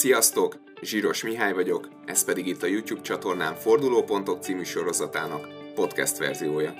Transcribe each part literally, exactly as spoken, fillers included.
Sziasztok! Zsíros Mihály vagyok, ez pedig itt a YouTube csatornám Fordulópontok című sorozatának podcast verziója.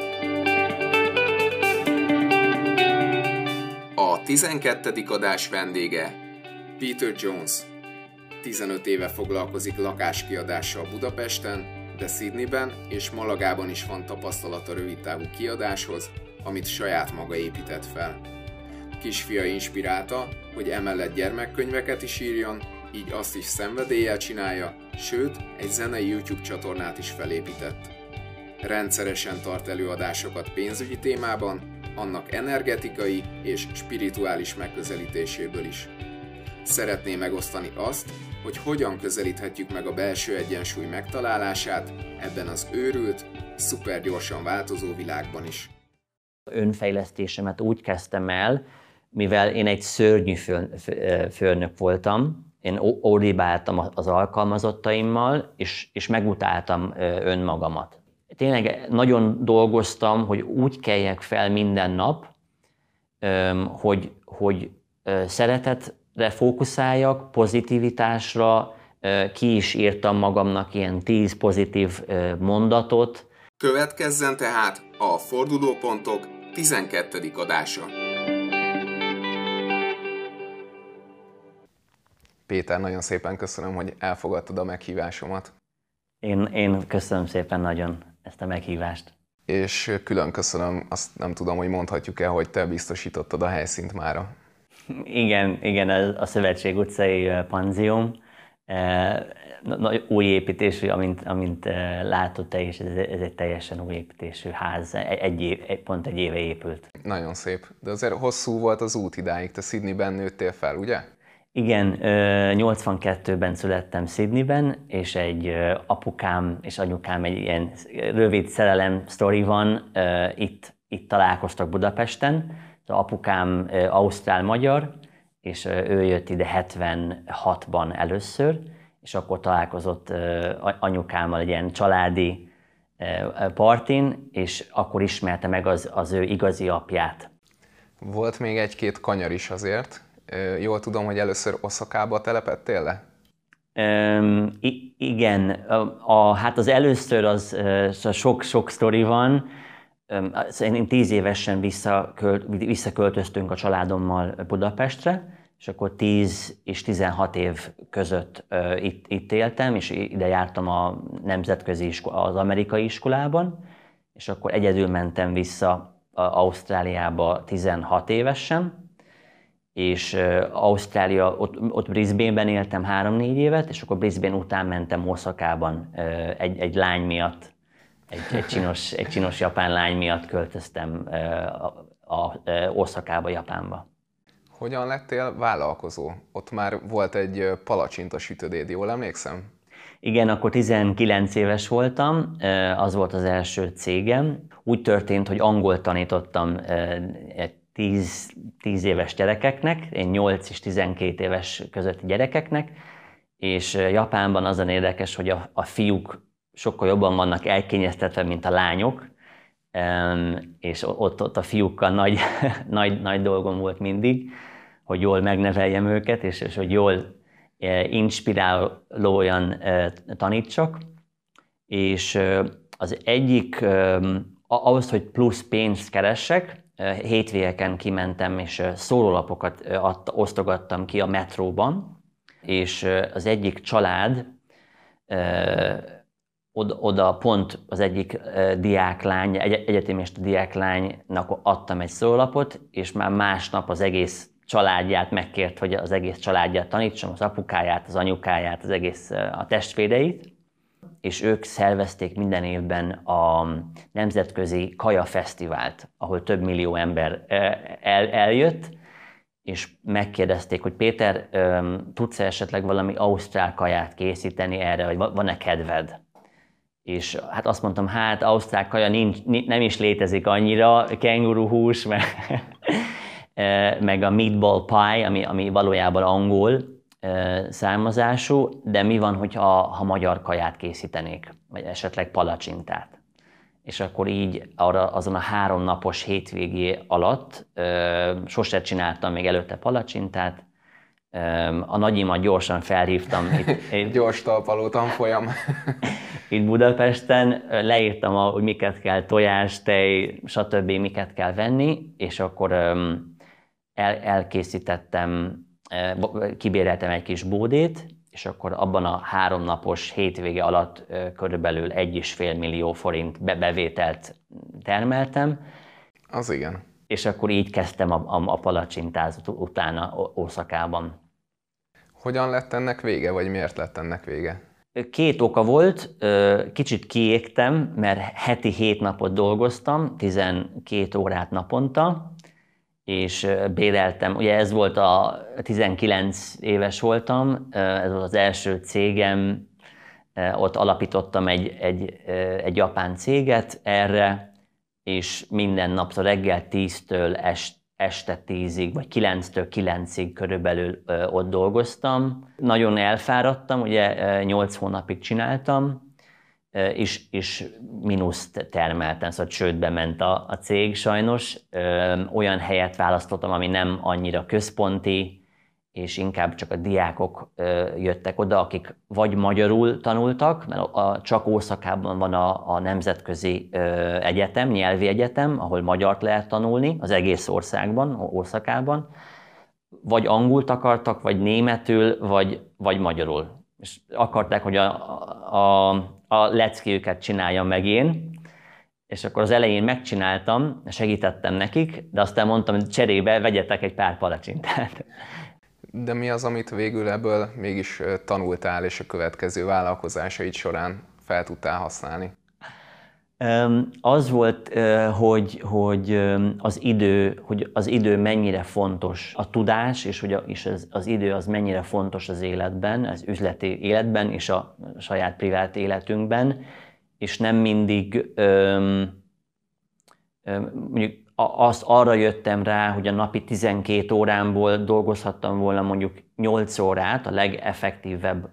A tizenkettedik adás vendége Peter Jones. tizenöt éve foglalkozik lakáskiadással Budapesten, de Sydneyben és Malagában is van tapasztalata rövidtávú kiadáshoz, amit saját maga épített fel. Kisfia inspirálta, hogy emellett gyermekkönyveket is írjon, így azt is szenvedéllyel csinálja, sőt, egy zenei YouTube csatornát is felépített. Rendszeresen tart előadásokat pénzügyi témában, annak energetikai és spirituális megközelítéséből is. Szeretné megosztani azt, hogy hogyan közelíthetjük meg a belső egyensúly megtalálását ebben az őrült, szupergyorsan változó világban is. Önfejlesztésemet úgy kezdtem el, mivel én egy szörnyű főnök voltam, én ordibáltam az alkalmazottaimmal, és, és megutáltam önmagamat. Tényleg nagyon dolgoztam, hogy úgy keljek fel minden nap, hogy, hogy szeretetre fókuszáljak, pozitivitásra, ki is írtam magamnak ilyen tíz pozitív mondatot. Következzen tehát a Fordulópontok tizenkettedik adása. Péter, nagyon szépen köszönöm, hogy elfogadtad a meghívásomat. Én, én köszönöm szépen nagyon ezt a meghívást. És külön köszönöm, azt nem tudom, hogy mondhatjuk-e, hogy te biztosítottad a helyszínt mára. Igen, igen, a Szövetség utcai panzium. Új építésű, amint, amint látod te is, ez, ez egy teljesen új építésű ház, egy év, pont egy éve épült. Nagyon szép, de azért hosszú volt az út idáig, te Sydneyben nőttél fel, ugye? Igen, nyolcvankettőben születtem Sydneyben, és egy apukám és anyukám egy ilyen rövid szerelem sztori van, itt, itt találkoztak Budapesten. Az apukám ausztrál-magyar, és ő jött ide hetvenhatban először, és akkor találkozott anyukámmal egy ilyen családi partin, és akkor ismerte meg az, az ő igazi apját. Volt még egy-két kanyar is azért. Jól tudom, hogy először Oszakába telepedtél le? Um, igen, a, a, hát az először az sok-sok sztori van. Um, én tíz évesen visszakölt, visszaköltöztünk a családommal Budapestre, és akkor tíz és tizenhat év között uh, itt, itt éltem, és ide jártam a nemzetközi iskola, az amerikai iskolában, és akkor egyedül mentem vissza Ausztráliába tizenhat évesen, és uh, Ausztrália, ott, ott Brisbane-ben éltem három-négy évet, és akkor Brisbane után mentem Oszakában uh, egy, egy lány miatt, egy, egy, csinos, egy csinos japán lány miatt költöztem uh, a, a, uh, Oszakába, Japánba. Hogyan lettél vállalkozó? Ott már volt egy palacsinta sütödéd, jól emlékszem? Igen, akkor tizenkilenc éves voltam, az volt az első cégem. Úgy történt, hogy angolt tanítottam tíz, tíz éves gyerekeknek, én nyolc és tizenkét éves közötti gyerekeknek, és Japánban az a érdekes, hogy a, a fiúk sokkal jobban vannak elkényeztetve, mint a lányok, és ott, ott a fiúkkal nagy, nagy, nagy dolgom volt mindig, hogy jól megneveljem őket, és, és hogy jól inspirálóan tanítsak. És az egyik, ahhoz, hogy plusz pénzt keressek, hétvégeken kimentem, és szórólapokat osztogattam ki a metróban, és az egyik család, Oda, oda pont az egyik uh, diáklány, egy, egyetemista diáklánynak adtam egy szórólapot, és már másnap az egész családját megkért, hogy az egész családját tanítsam, az apukáját, az anyukáját, az egész uh, a testvéreit, és ők szervezték minden évben a Nemzetközi Kaja Fesztivált, ahol több millió ember uh, el, eljött, és megkérdezték, hogy Péter, um, tudsz esetleg valami ausztrál kaját készíteni erre, vagy van-e kedved? És hát azt mondtam, hát ausztrál kaja nincs, nem is létezik annyira, kenguruhús, meg, meg a meatball pie, ami, ami valójában angol származású, de mi van, hogyha ha magyar kaját készítenék, vagy esetleg palacsintát. És akkor így arra, azon a három napos hétvégé alatt sose csináltam még előtte palacsintát, A nagyimat gyorsan felhívtam. Itt, itt, Gyors talpaló tanfolyam. Itt Budapesten leírtam, hogy miket kell, tojás, tej, stb. Miket kell venni, és akkor el, elkészítettem, kibéreltem egy kis bódét, és akkor abban a háromnapos hétvége alatt körülbelül egy és fél millió forint bevételt termeltem. Az igen. És akkor így kezdtem a, a, a palacsintázat utána Oszakában. Hogyan lett ennek vége, vagy miért lett ennek vége? Két oka volt, kicsit kiégtem, mert heti hét napot dolgoztam, tizenkét órát naponta, és béreltem, ugye ez volt a tizenkilenc éves voltam, ez volt az első cégem, ott alapítottam egy, egy, egy japán céget erre, és minden nap reggel tíztől este tízig, vagy kilenctől kilencig körülbelül ott dolgoztam. Nagyon elfáradtam, ugye nyolc hónapig csináltam, és, és mínuszt termeltem, szóval csődbe ment a, a cég sajnos. Olyan helyet választottam, ami nem annyira központi, és inkább csak a diákok jöttek oda, akik vagy magyarul tanultak, mert a, csak Oszakában van a, a nemzetközi egyetem, nyelvi egyetem, ahol magyart lehet tanulni az egész országban, Oszakában, vagy angult akartak, vagy németül, vagy, vagy magyarul. És akarták, hogy a, a, a leckéjüket csináljam meg én, és akkor az elején megcsináltam, segítettem nekik, de aztán mondtam, hogy cserébe vegyetek egy pár palacsintát. De mi az, amit végül ebből mégis tanultál, és a következő vállalkozásaid során fel tudtál használni? Az volt, hogy, hogy, az idő, hogy az idő mennyire fontos, a tudás, és hogy és az, az idő az mennyire fontos az életben, az üzleti életben, és a saját privát életünkben, és nem mindig mondjuk azt arra jöttem rá, hogy a napi tizenkét órámból dolgozhattam volna mondjuk nyolc órát a legeffektívebb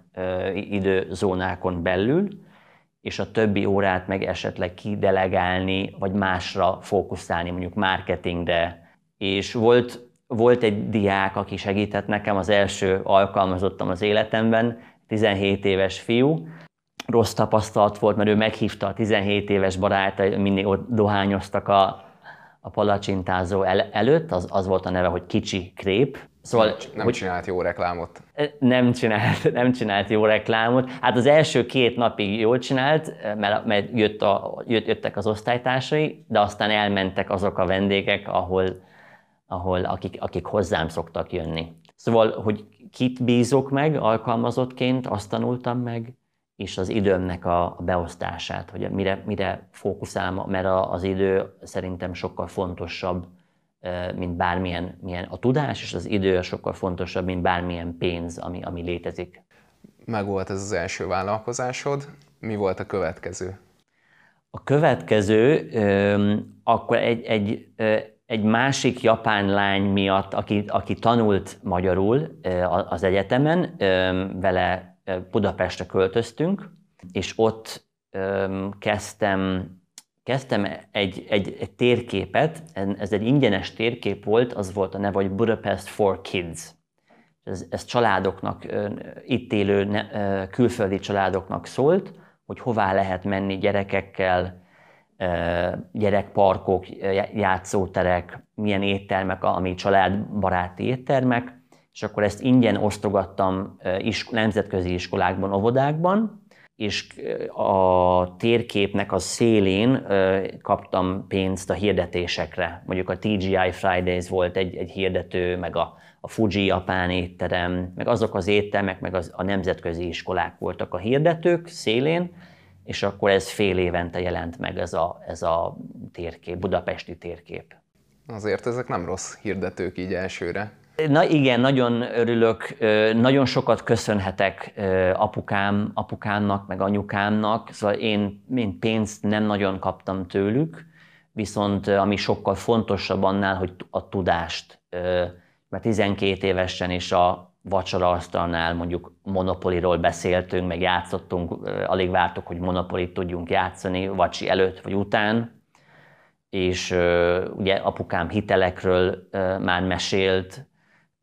időzónákon belül, és a többi órát meg esetleg kidelegálni, vagy másra fókuszálni, mondjuk marketingre. És volt, volt egy diák, aki segített nekem, az első alkalmazottam az életemben, tizenhét éves fiú. Rossz tapasztalat volt, mert ő meghívta a tizenhét éves barátai, mindig ott dohányoztak a a palacsintázó el, előtt, az, az volt a neve, hogy Kicsi Krép. Szóval, nem hogy csinált jó reklámot. Nem csinált, nem csinált jó reklámot. Hát az első két napig jól csinált, mert, mert jött a, jött, jöttek az osztálytársai, de aztán elmentek azok a vendégek, ahol, ahol akik, akik hozzám szoktak jönni. Szóval, hogy kit bízok meg alkalmazottként, azt tanultam meg, és az időmnek a beosztását, hogy mire, mire fókuszálom, mert az idő szerintem sokkal fontosabb, mint bármilyen milyen, a tudás, és az idő sokkal fontosabb, mint bármilyen pénz, ami, ami létezik. Meg volt ez az első vállalkozásod, mi volt a következő? A következő, akkor egy, egy, egy másik japán lány miatt, aki, aki tanult magyarul az egyetemen, vele Budapestre költöztünk, és ott öm, kezdtem, kezdtem egy, egy, egy térképet, ez egy ingyenes térkép volt, az volt a neve, hogy Budapest for Kids. Ez, ez családoknak, itt élő külföldi családoknak szólt, hogy hová lehet menni gyerekekkel, gyerekparkok, játszóterek, milyen éttermek, ami családbaráti éttermek, és akkor ezt ingyen osztogattam isk- nemzetközi iskolákban, óvodákban, és a térképnek a szélén kaptam pénzt a hirdetésekre. Mondjuk a té gé i Fridays volt egy, egy hirdető, meg a, a Fuji japán étterem, meg azok az éttermek, meg az, a nemzetközi iskolák voltak a hirdetők szélén, és akkor ez fél évente jelent meg ez a, ez a térkép, budapesti térkép. Azért ezek nem rossz hirdetők így elsőre. Na igen, nagyon örülök, nagyon sokat köszönhetek apukám, apukámnak, meg anyukámnak, szóval én, én pénzt nem nagyon kaptam tőlük, viszont ami sokkal fontosabb annál, hogy a tudást, mert tizenkét évesen is a vacsoraasztalnál mondjuk Monopoly-ról beszéltünk, meg játszottunk, alig vártuk, hogy Monopoly-t tudjunk játszani, vacsi előtt vagy után, és ugye apukám hitelekről már mesélt,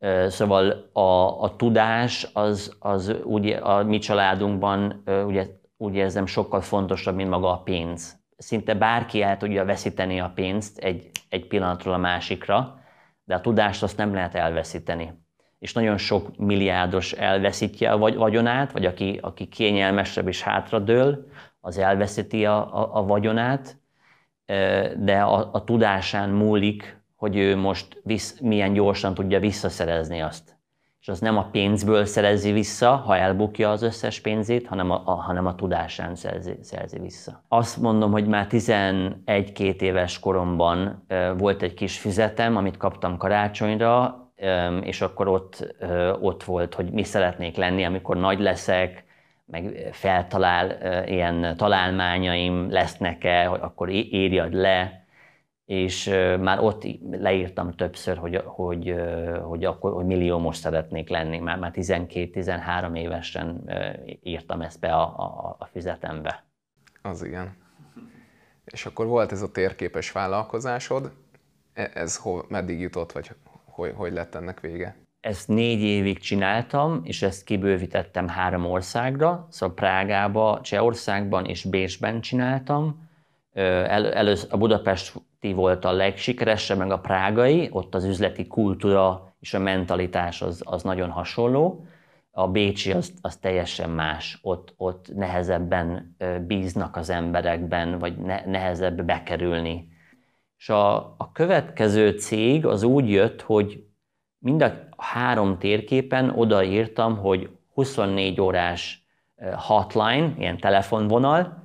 Szóval a, a tudás az, az úgy, a mi családunkban ugye, úgy érzem sokkal fontosabb, mint maga a pénz. Szinte bárki el tudja veszíteni a pénzt egy, egy pillanatról a másikra, de a tudást azt nem lehet elveszíteni. És nagyon sok milliárdos elveszíti a vagyonát, vagy aki, aki kényelmesebb és hátradől, az elveszíti a, a, a vagyonát, de a, a tudásán múlik, hogy ő most visz, milyen gyorsan tudja visszaszerezni azt. És az nem a pénzből szerezi vissza, ha elbukja az összes pénzét, hanem a, a, hanem a tudásán szerzi, szerzi vissza. Azt mondom, hogy már tizenegy-két éves koromban e, volt egy kis füzetem, amit kaptam karácsonyra, e, és akkor ott, e, ott volt, hogy mi szeretnék lenni, amikor nagy leszek, meg feltalál, e, ilyen találmányaim lesznek-e, akkor írjad le. És uh, már ott leírtam többször, hogy, hogy, uh, hogy akkor hogy milliómos szeretnék lenni. Már, már tizenkét-tizenhárom évesen uh, írtam ezt be a, a, a füzetembe. Az igen. És akkor volt ez a térképes vállalkozásod. Ez hol, meddig jutott, vagy hogy, hogy lett ennek vége? Ezt négy évig csináltam, és ezt kibővítettem három országra. Szóval Prágába, Csehországban és Bécsben csináltam. El, először a budapesti volt a legsikeresebb, meg a prágai, ott az üzleti kultúra és a mentalitás az, az nagyon hasonló. A bécsi az, az teljesen más, ott, ott nehezebben bíznak az emberekben, vagy ne, nehezebb bekerülni. És a, a következő cég az úgy jött, hogy mind a három térképen odaírtam, hogy huszonnégy órás hotline, ilyen telefonvonal,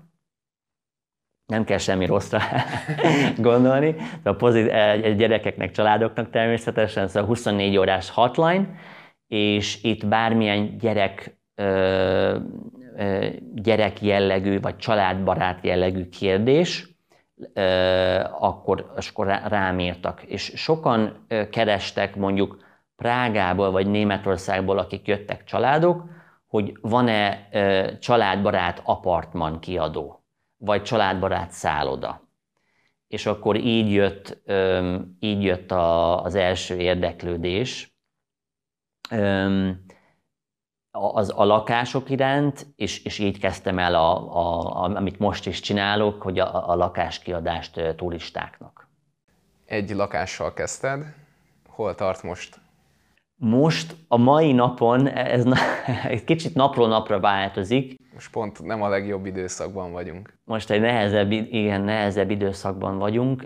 nem kell semmi rosszra gondolni, de a pozit- gyerekeknek, családoknak természetesen, szóval huszonnégy órás hotline, és itt bármilyen gyerek, ö, ö, gyerek jellegű, vagy családbarát jellegű kérdés, ö, akkor, akkor rám írtak. És sokan ö, kerestek mondjuk Prágából, vagy Németországból, akik jöttek családok, hogy van-e ö, családbarát apartman kiadó, vagy családbarát szálloda. És akkor így jött, így jött a, az első érdeklődés az, a lakások iránt, és, és így kezdtem el, a, a, amit most is csinálok, hogy a, a lakáskiadást turistáknak. Egy lakással kezdted, hol tart most? Most, a mai napon, ez egy kicsit napról napra változik. Most pont nem a legjobb időszakban vagyunk. Most egy nehezebb, igen, nehezebb időszakban vagyunk.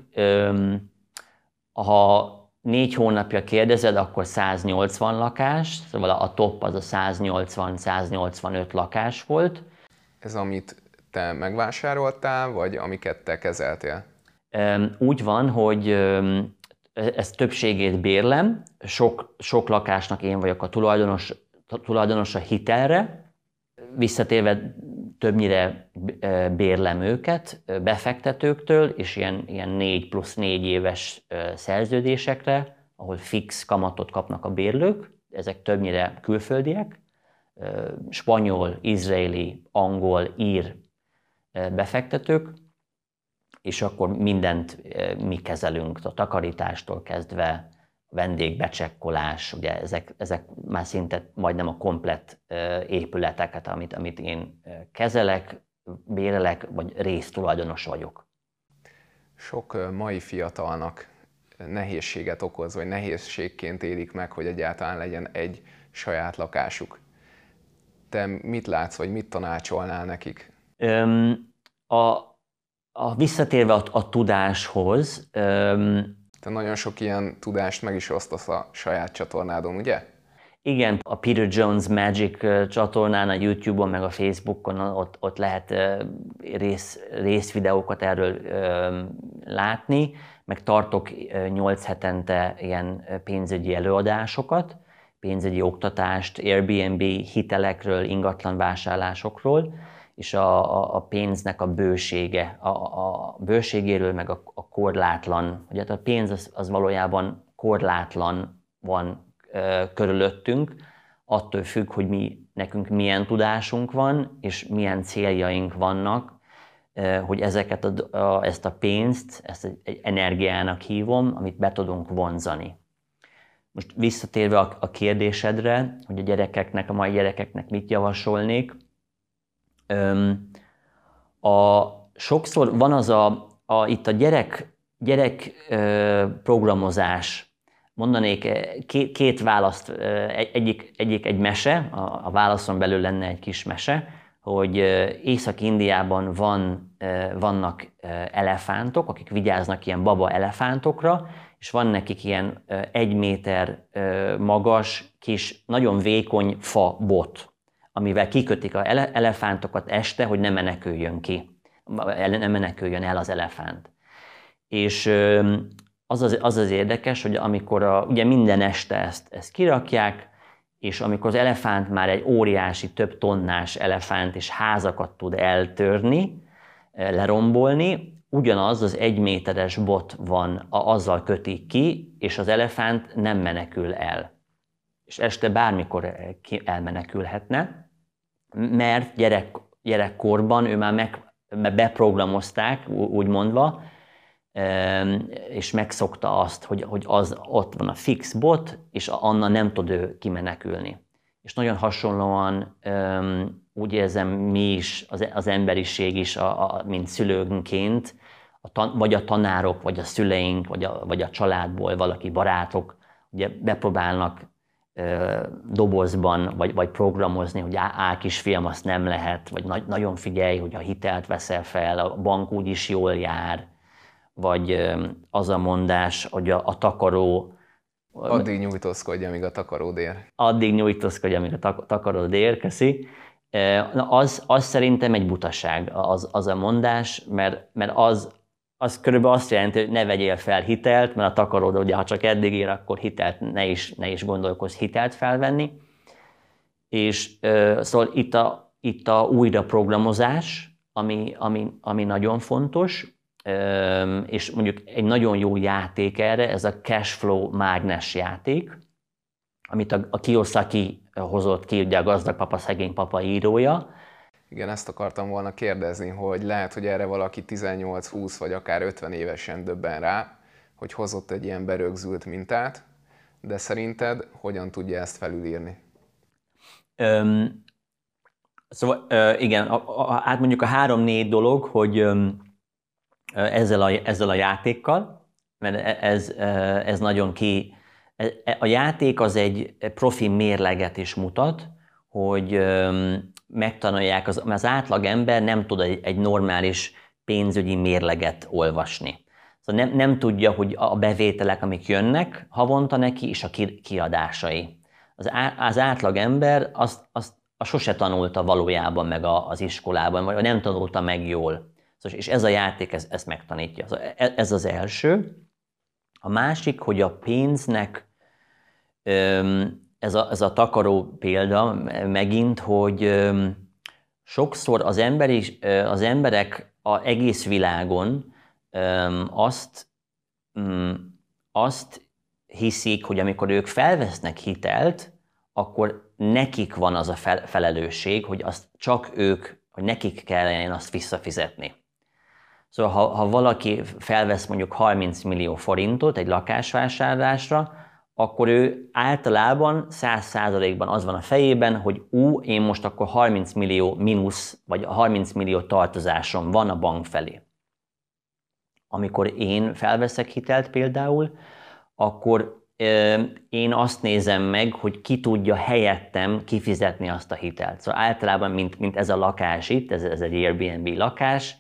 Ha négy hónapja kérdezed, akkor száznyolcvan lakás, szóval a top az a száznyolcvan-száznyolcvanöt lakás volt. Ez amit te megvásároltál, vagy amiket te kezeltél? Úgy van, hogy ez többségét bérlem, sok, sok lakásnak én vagyok a tulajdonos, tulajdonos a hitelre, visszatérve többnyire bérlem őket befektetőktől, és ilyen, ilyen négy plusz négy éves szerződésekre, ahol fix kamatot kapnak a bérlők, ezek többnyire külföldiek, spanyol, izraeli, angol, ír befektetők, és akkor mindent mi kezelünk, a takarítástól kezdve, vendégbecsekkolás, ugye ezek, ezek már szinte majdnem a komplett épületeket, amit, amit én kezelek, bérelek, vagy résztulajdonos vagyok. Sok mai fiatalnak nehézséget okoz, vagy nehézségként élik meg, hogy egyáltalán legyen egy saját lakásuk. Te mit látsz, vagy mit tanácsolnál nekik? Öm, a, a visszatérve a, a tudáshoz, öm, te nagyon sok ilyen tudást meg is osztasz a saját csatornádon, ugye? Igen, a Peter Jones Magic csatornán, a YouTube-on, meg a Facebookon, ott, ott lehet rész, részvideókat erről ö, látni, meg tartok nyolc hetente ilyen pénzügyi előadásokat, pénzügyi oktatást, Airbnb hitelekről, ingatlan vásárlásokról, és a, a pénznek a bősége, a, a bőségéről, meg a, a korlátlan, ugye a pénz az, az valójában korlátlan van ö, körülöttünk, attól függ, hogy mi, nekünk milyen tudásunk van, és milyen céljaink vannak, ö, hogy ezeket a, a, ezt a pénzt, ezt egy energiának hívom, amit be tudunk vonzani. Most visszatérve a, a kérdésedre, hogy a gyerekeknek, a mai gyerekeknek mit javasolnék, öm, a, sokszor van az a, a itt a gyerek, gyerek ö, programozás. Mondanék két, két választ, egyik, egyik egy mese, a, a válaszon belül lenne egy kis mese, hogy Észak-Indiában van, vannak elefántok, akik vigyáznak ilyen baba elefántokra, és van nekik ilyen egy méter magas, kis, nagyon vékony fa bot, amivel kikötik az elefántokat este, hogy ne meneküljön ki, ne meneküljön el az elefánt. És az az, az az érdekes, hogy amikor a, ugye minden este ezt, ezt kirakják, és amikor az elefánt már egy óriási, több tonnás elefánt, és házakat tud eltörni, lerombolni, ugyanaz az egy méteres bot van, azzal kötik ki, és az elefánt nem menekül el. És este bármikor elmenekülhetne, mert gyerek, gyerekkorban ő már meg, beprogramozták, úgy mondva, és megszokta azt, hogy, hogy az ott van a fix bot, és onnan nem tud ő kimenekülni. És nagyon hasonlóan úgy érzem mi is, az, az emberiség is, a, a, mint szülőnként, a tan, vagy a tanárok, vagy a szüleink, vagy a, vagy a családból valaki, barátok, ugye bepróbálnak ö, dobozban, vagy, vagy programozni, hogy á, á, kisfiam, azt nem lehet, vagy na, nagyon figyelj, hogy a hitelt veszel fel, a bank úgyis jól jár, vagy az a mondás, hogy a, a takaró... Addig nyújtózkodj, amíg a takaród ér. Addig nyújtózkodj, amíg a tak- takaród ér, köszi. Na az, az szerintem egy butaság, az, az a mondás, mert, mert az, az körülbelül azt jelenti, hogy ne vegyél fel hitelt, mert a takaród, ugye, ha csak eddig ér, akkor hitelt ne is, ne is gondolkozz hitelt felvenni. És uh, szóval itt a, itt a újraprogramozás, ami, ami, ami nagyon fontos, és mondjuk egy nagyon jó játék erre, ez a Cashflow mágnes játék, amit a, a Kiyosaki hozott ki, ugye a Gazdag papa, szegény papa írója. Igen, ezt akartam volna kérdezni, hogy lehet, hogy erre valaki tizennyolc, húsz vagy akár ötven évesen döbben rá, hogy hozott egy ilyen berögzült mintát, de szerinted hogyan tudja ezt felülírni? Öm, szóval igen, a, a, hát mondjuk a három-négy dolog, hogy Ezzel a, ezzel a játékkal, mert ez, ez nagyon ki... A játék az egy profi mérleget is mutat, hogy megtanulják, az, az átlag ember nem tud egy, egy normális pénzügyi mérleget olvasni. Szóval nem, nem tudja, hogy a bevételek, amik jönnek havonta neki, és a kiadásai. Az, az átlag ember azt, azt, azt sose tanulta valójában meg az iskolában, vagy nem tanulta meg jól. És ez a játék ez, ezt megtanítja. Ez az első. A másik, hogy a pénznek, ez a, ez a takaró példa megint, hogy sokszor az, emberi, az emberek az egész világon azt, azt hiszik, hogy amikor ők felvesznek hitelt, akkor nekik van az a felelősség, hogy azt csak ők, hogy nekik kellene azt visszafizetni. Szóval ha, ha valaki felvesz mondjuk harminc millió forintot egy lakásvásárlásra, akkor ő általában száz százalékban az van a fejében, hogy ú, én most akkor harminc millió mínusz, vagy harminc millió tartozásom van a bank felé. Amikor én felveszek hitelt például, akkor ö, én azt nézem meg, hogy ki tudja helyettem kifizetni azt a hitelt. Szóval általában, mint, mint ez a lakás itt, ez, ez egy Airbnb lakás,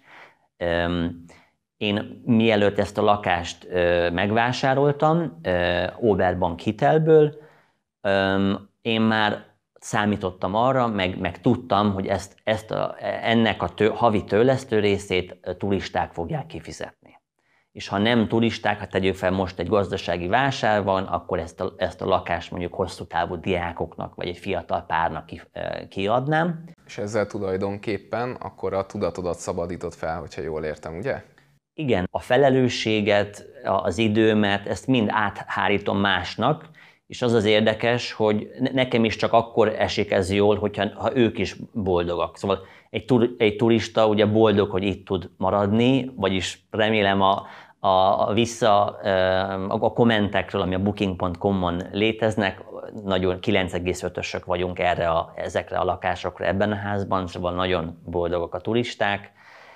én mielőtt ezt a lakást megvásároltam, Oberbank hitelből, én már számítottam arra, meg, meg tudtam, hogy ezt, ezt a, ennek a tő, havi törlesztő részét turisták fogják kifizetni. És ha nem turisták, ha tegyük fel most egy gazdasági vásár van, akkor ezt a, ezt a lakást mondjuk hosszú távú diákoknak, vagy egy fiatal párnak ki, kiadnám. És ezzel tulajdonképpen akkor a tudatodat szabadított fel, hogyha jól értem, ugye? Igen, a felelősséget, az időmet, ezt mind áthárítom másnak, és az az érdekes, hogy nekem is csak akkor esik ez jól, hogyha ha ők is boldogak. Szóval egy, tur, egy turista ugye boldog, hogy itt tud maradni, vagyis remélem a, a, a vissza a kommentekről, ami a booking pont com-on léteznek, nagyon kilenc egész ötösök vagyunk erre a, ezekre a lakásokra ebben a házban, szóval nagyon boldogok a turisták.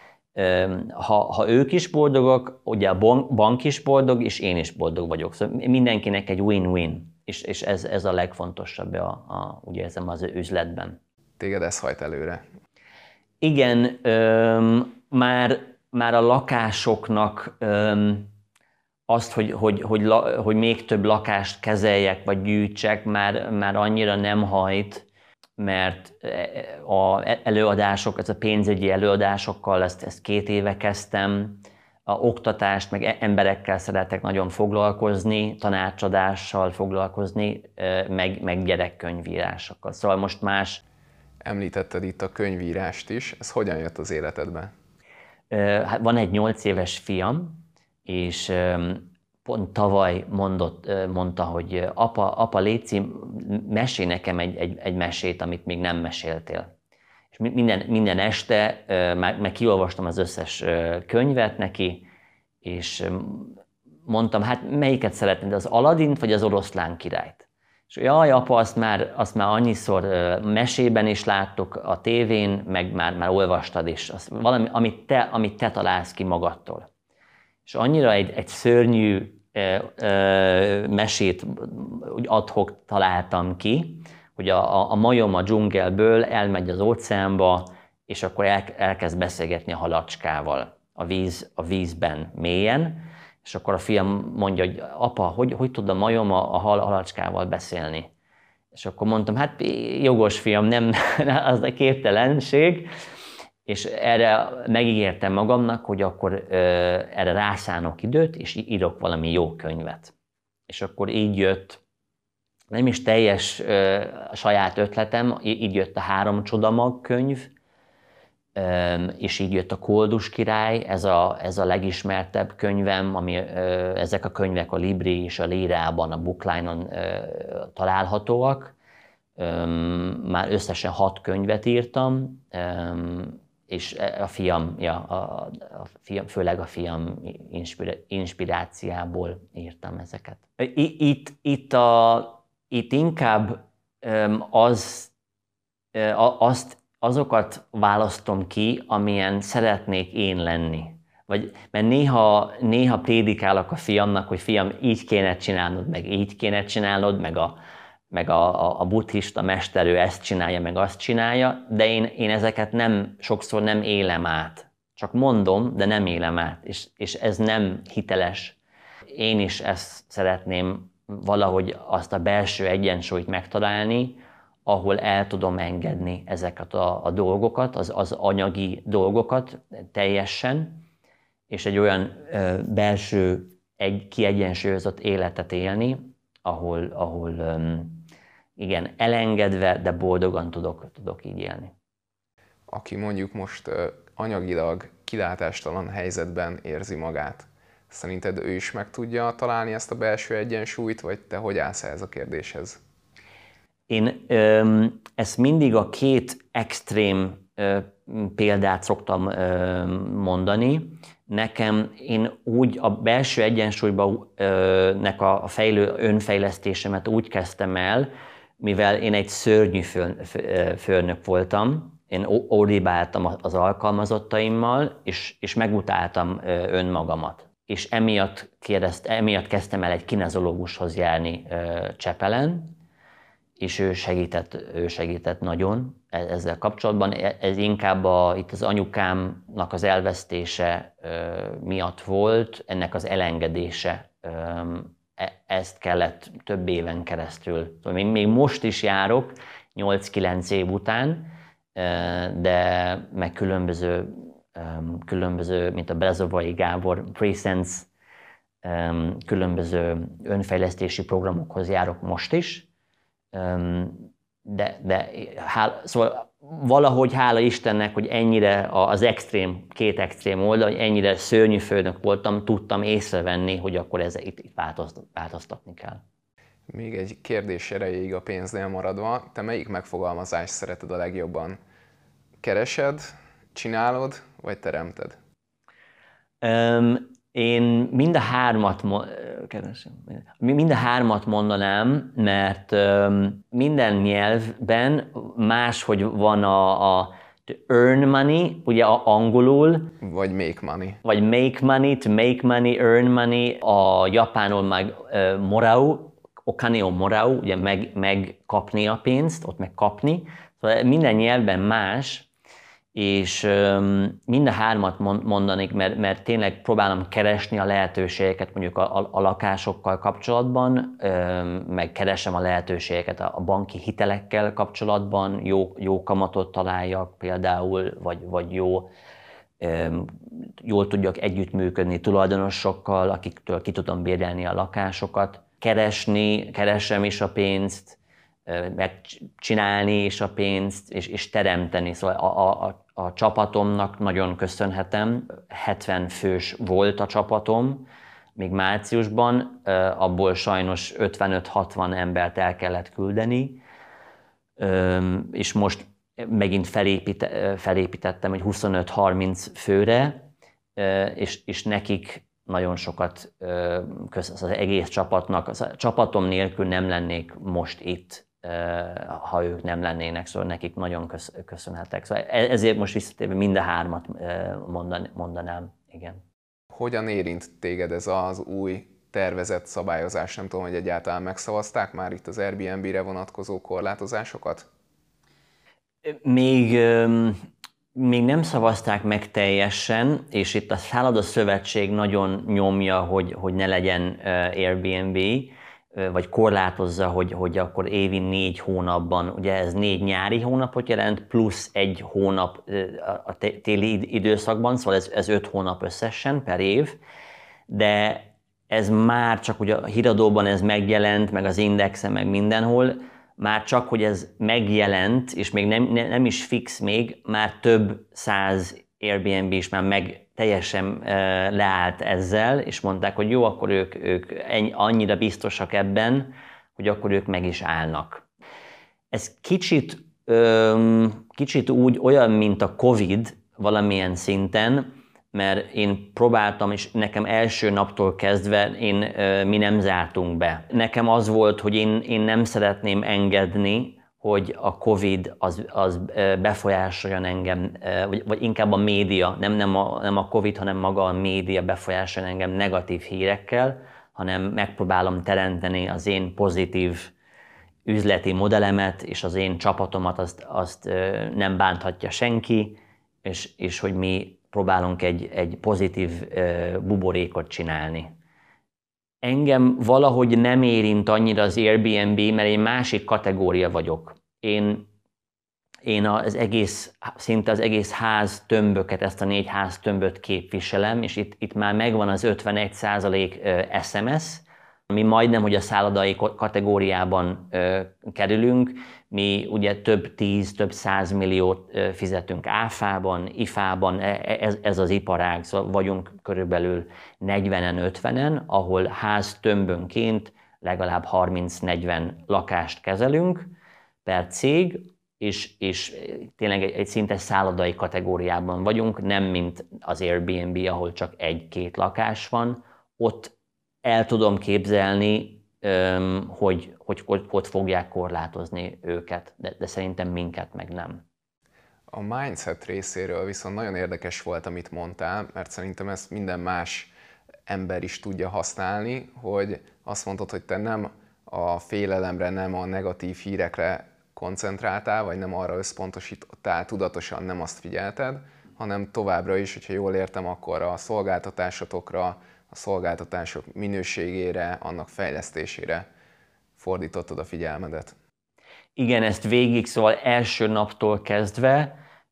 Ha, ha ők is boldogok, ugye a bank is boldog, és én is boldog vagyok. Szóval mindenkinek egy win-win, és, és ez, ez a legfontosabb a, a, ugye ezen az üzletben. Téged ez hajt előre? Igen, öm, már, már a lakásoknak öm, azt, hogy, hogy, hogy, la, hogy még több lakást kezeljek, vagy gyűjtsek, már, már annyira nem hajt, mert az előadások, ez a pénzügyi előadásokkal, ezt, ezt két éve kezdtem, a oktatást, meg emberekkel szeretek nagyon foglalkozni, tanácsadással foglalkozni, meg, meg gyerekkönyvírásokkal. Szóval most más. Említetted itt a könyvírást is, ez hogyan jött az életedbe? Hát van egy nyolc éves fiam, és pont tavaly mondott, mondta, hogy apa, apa léci, mesélj nekem egy, egy, egy mesét, amit még nem meséltél. És minden, minden este meg, meg kiolvastam az összes könyvet neki, és mondtam, hát melyiket szeretnéd, az Aladint vagy az Oroszlán királyt? És jaj, apa, azt már, azt már annyiszor mesében is láttuk a tévén, meg már, már olvastad is. Az valami, amit te, amit te találsz ki magadtól. És annyira egy, egy szörnyű ö, ö, mesét úgy ad-hoc találtam ki, hogy a, a, a majom a dzsungelből elmegy az óceánba, és akkor el, elkezd beszélgetni a halacskával a, víz, a vízben mélyen, és akkor a fiam mondja, hogy apa, hogy, hogy tud a majom a, a hal, halacskával beszélni? És akkor mondtam, hát jogos fiam, nem, az a képtelenség. És erre megígértem magamnak, hogy akkor ö, erre rászánok időt, és írok valami jó könyvet. És akkor így jött, nem is teljes ö, saját ötletem, így jött a Három csodamag könyv, ö, és így jött a Koldus király, ez a, ez a legismertebb könyvem, ami, ö, ezek a könyvek a Libri és a Lírában, a Bookline-on ö, találhatóak. Ö, már összesen hat könyvet írtam, ö, és a fiam, ja, a, a fiam, főleg a fiam inspiráciából írtam ezeket. Itt, itt, a, itt inkább az, azt, azokat választom ki, amilyen szeretnék én lenni. Vagy, mert néha, néha prédikálok a fiamnak, hogy fiam, így kéne csinálnod, meg így kéne csinálnod, meg a meg a, a, a buddhista mesterő ezt csinálja, meg azt csinálja, de én, én ezeket nem, sokszor nem élem át. Csak mondom, de nem élem át, és, és ez nem hiteles. Én is ezt szeretném valahogy azt a belső egyensúlyt megtalálni, ahol el tudom engedni ezeket a, a dolgokat, az, az anyagi dolgokat teljesen, és egy olyan ö, belső, egy kiegyensúlyozott életet élni, ahol, ahol um, igen, elengedve, de boldogan tudok, tudok így élni. Aki mondjuk most uh, anyagilag kilátástalan helyzetben érzi magát, szerinted ő is meg tudja találni ezt a belső egyensúlyt, vagy te hogy állsz ez a kérdéshez? Én um, ezt mindig a két extrém uh, példát szoktam uh, mondani. Nekem én úgy a belső egyensúlyban nek a fejlő önfejlesztésemet úgy kezdtem el, mivel én egy szörnyű főnök voltam, én ordibáltam az alkalmazottaimmal, és, és megutáltam önmagamat. És emiatt, kérdezt, emiatt kezdtem el egy kinezológushoz járni Csepelen, és ő segített, ő segített nagyon ezzel kapcsolatban. Ez inkább a, itt az anyukámnak az elvesztése ö, miatt volt, ennek az elengedése. Ö, ezt kellett több éven keresztül. Még, még most is járok, nyolc-kilenc év után, ö, de meg különböző, ö, különböző, mint a Brezovai Gábor, Presence, ö, különböző önfejlesztési programokhoz járok most is. De, de hál, szóval valahogy hála Istennek, hogy ennyire az extrém, két extrém oldal, hogy ennyire szörnyű főnök voltam, tudtam észrevenni, hogy akkor ez itt, itt változtatni kell. Még egy kérdés erejéig a pénznél maradva, te melyik megfogalmazást szereted a legjobban? Keresed, csinálod, vagy teremted? Um, Én mind a hármat, mind a hármat mondanám, mert minden nyelvben máshogy van a, a earn money, ugye a angolul. Vagy make money. Vagy make money, to make money, earn money. A japánul meg uh, morau, okane o morau, ugye meg, megkapni a pénzt, ott meg kapni. Szóval minden nyelvben más, és um, mind a hármat mondanék, mert, mert tényleg próbálom keresni a lehetőségeket mondjuk a, a, a lakásokkal kapcsolatban, um, meg keresem a lehetőségeket a, a banki hitelekkel kapcsolatban, jó, jó kamatot találjak például, vagy, vagy jó, um, jól tudjak együttműködni tulajdonosokkal, akiktől ki tudom bérelni a lakásokat. Keresni, keresem is a pénzt, megcsinálni is a pénzt, és, és teremteni. Szóval a, a, a csapatomnak nagyon köszönhetem. hetven fős volt a csapatom, még márciusban, abból sajnos ötvenöt-hatvan embert el kellett küldeni, és most megint felépít, felépítettem egy huszonöt-harminc főre, és, és nekik nagyon sokat köszönöm az egész csapatnak. A csapatom nélkül nem lennék most itt, ha ők nem lennének, szóval nekik nagyon köszönhetek. Szóval ezért most visszatérve mind a hármat mondanám. Igen. Hogyan érint téged ez az új tervezett szabályozás? Nem tudom, hogy egyáltalán megszavazták már itt az Airbnb-re vonatkozó korlátozásokat? Még, még nem szavazták meg teljesen, és itt a Szállodaszövetség nagyon nyomja, hogy, hogy ne legyen Airbnb, vagy korlátozza, hogy, hogy akkor évi négy hónapban, ugye ez négy nyári hónapot jelent, plusz egy hónap a téli időszakban, szóval ez, ez öt hónap összesen per év, de ez már csak ugye a híradóban ez megjelent, meg az Indexen, meg mindenhol, már csak, hogy ez megjelent, és még nem, nem is fix még, már több száz Airbnb is már meg teljesen leállt ezzel, és mondták, hogy jó, akkor ők, ők annyira biztosak ebben, hogy akkor ők meg is állnak. Ez kicsit, kicsit úgy olyan, mint a Covid valamilyen szinten, mert én próbáltam, és nekem első naptól kezdve én, mi nem zártunk be. Nekem az volt, hogy én, én nem szeretném engedni, hogy a Covid az, az befolyásoljon engem, vagy, vagy inkább a média, nem, nem, a, nem a Covid, hanem maga a média befolyásoljon engem negatív hírekkel, hanem megpróbálom teremteni az én pozitív üzleti modellemet, és az én csapatomat azt, azt nem bánthatja senki, és, és hogy mi próbálunk egy, egy pozitív buborékot csinálni. Engem valahogy nem érint annyira az Airbnb, mert én másik kategória vagyok. Én, én az egész, szinte az egész ház tömböket, ezt a négy ház tömböt képviselem, és itt, itt már megvan az ötvenegy százalék es em es, mi majdnem, hogy a szállodai kategóriában ö, kerülünk, mi ugye több tíz, több száz milliót ö, fizetünk áfában, ifában, ez, ez az iparág, szóval vagyunk körülbelül negyvenen, ötvenen, ahol ház tömbönként legalább harminc-negyven lakást kezelünk per cég, és, és tényleg egy, egy szinte szállodai kategóriában vagyunk, nem mint az Airbnb, ahol csak egy-két lakás van, ott el tudom képzelni, hogy, hogy, hogy hogy fogják korlátozni őket, de, de szerintem minket meg nem. A mindset részéről viszont nagyon érdekes volt, amit mondtál, mert szerintem ezt minden más ember is tudja használni, hogy azt mondtad, hogy te nem a félelemre, nem a negatív hírekre koncentráltál, vagy nem arra összpontosítottál, tudatosan nem azt figyelted, hanem továbbra is, hogyha jól értem, akkor a szolgáltatásotokra, a szolgáltatások minőségére, annak fejlesztésére fordítottad a figyelmedet. Igen, ezt végig, szóval első naptól kezdve,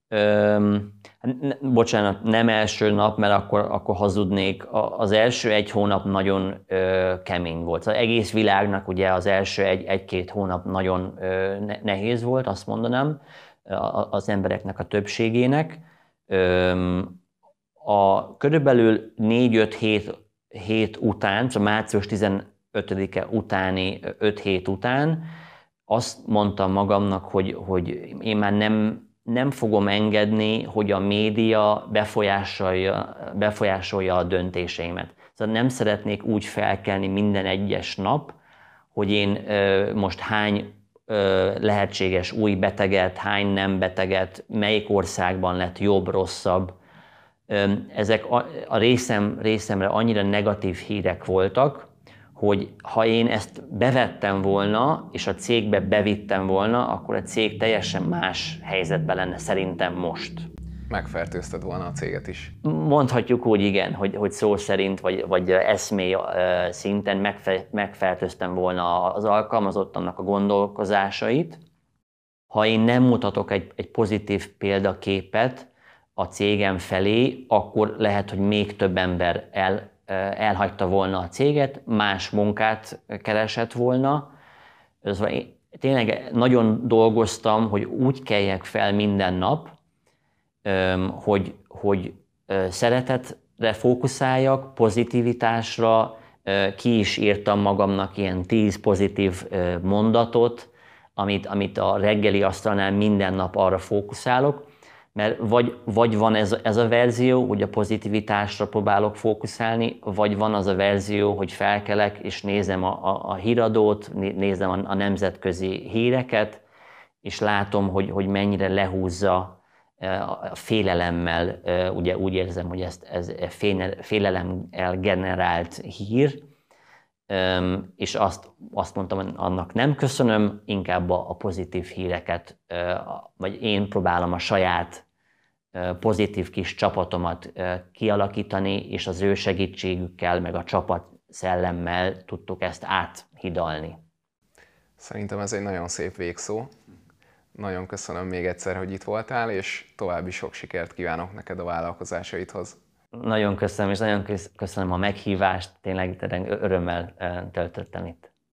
öm, bocsánat, nem első nap, mert akkor, akkor hazudnék, az első egy hónap nagyon ö, kemény volt. Az egész világnak ugye az első egy, egy-két hónap nagyon ö, nehéz volt, azt mondanám, az embereknek a többségének. Öm, a körülbelül négy-öt hét hét után, szóval március tizenötödike utáni öt hét után azt mondtam magamnak, hogy, hogy én már nem, nem fogom engedni, hogy a média befolyásolja, befolyásolja a döntéseimet. Szóval nem szeretnék úgy felkelni minden egyes nap, hogy én ö, most hány ö, lehetséges új beteget, hány nem beteget, melyik országban lett jobb, rosszabb. Ö, ezek a, a részem, részemre annyira negatív hírek voltak, hogy ha én ezt bevettem volna, és a cégbe bevittem volna, akkor a cég teljesen más helyzetben lenne szerintem most. Megfertőzted volna a céget is. Mondhatjuk úgy, igen, hogy, hogy szó szerint, vagy, vagy eszmé szinten megfe, megfertőztem volna az alkalmazottamnak a gondolkozásait. Ha én nem mutatok egy, egy pozitív példaképet a cégem felé, akkor lehet, hogy még több ember el elhagyta volna a céget, más munkát keresett volna. Tényleg nagyon dolgoztam, hogy úgy keljek fel minden nap, hogy, hogy szeretetre fókuszáljak, pozitivitásra, ki is írtam magamnak ilyen tíz pozitív mondatot, amit, amit a reggeli asztalnál minden nap arra fókuszálok, mert vagy, vagy van ez, ez a verzió, hogy a pozitivitásra próbálok fókuszálni, vagy van az a verzió, hogy felkelek és nézem a, a, a híradót, nézem a, a nemzetközi híreket, és látom, hogy, hogy mennyire lehúzza a félelemmel, ugye úgy érzem, hogy ezt, ez félelemmel generált hír, és azt, azt mondtam, annak nem köszönöm, inkább a, a pozitív híreket, vagy én próbálom a saját pozitív kis csapatomat kialakítani, és az ő segítségükkel, meg a csapat szellemmel tudtuk ezt áthidalni. Szerintem ez egy nagyon szép végszó. Nagyon köszönöm még egyszer, hogy itt voltál, és további sok sikert kívánok neked a vállalkozásaidhoz. Nagyon köszönöm, és nagyon köszönöm a meghívást, tényleg örömmel töltöttem itt.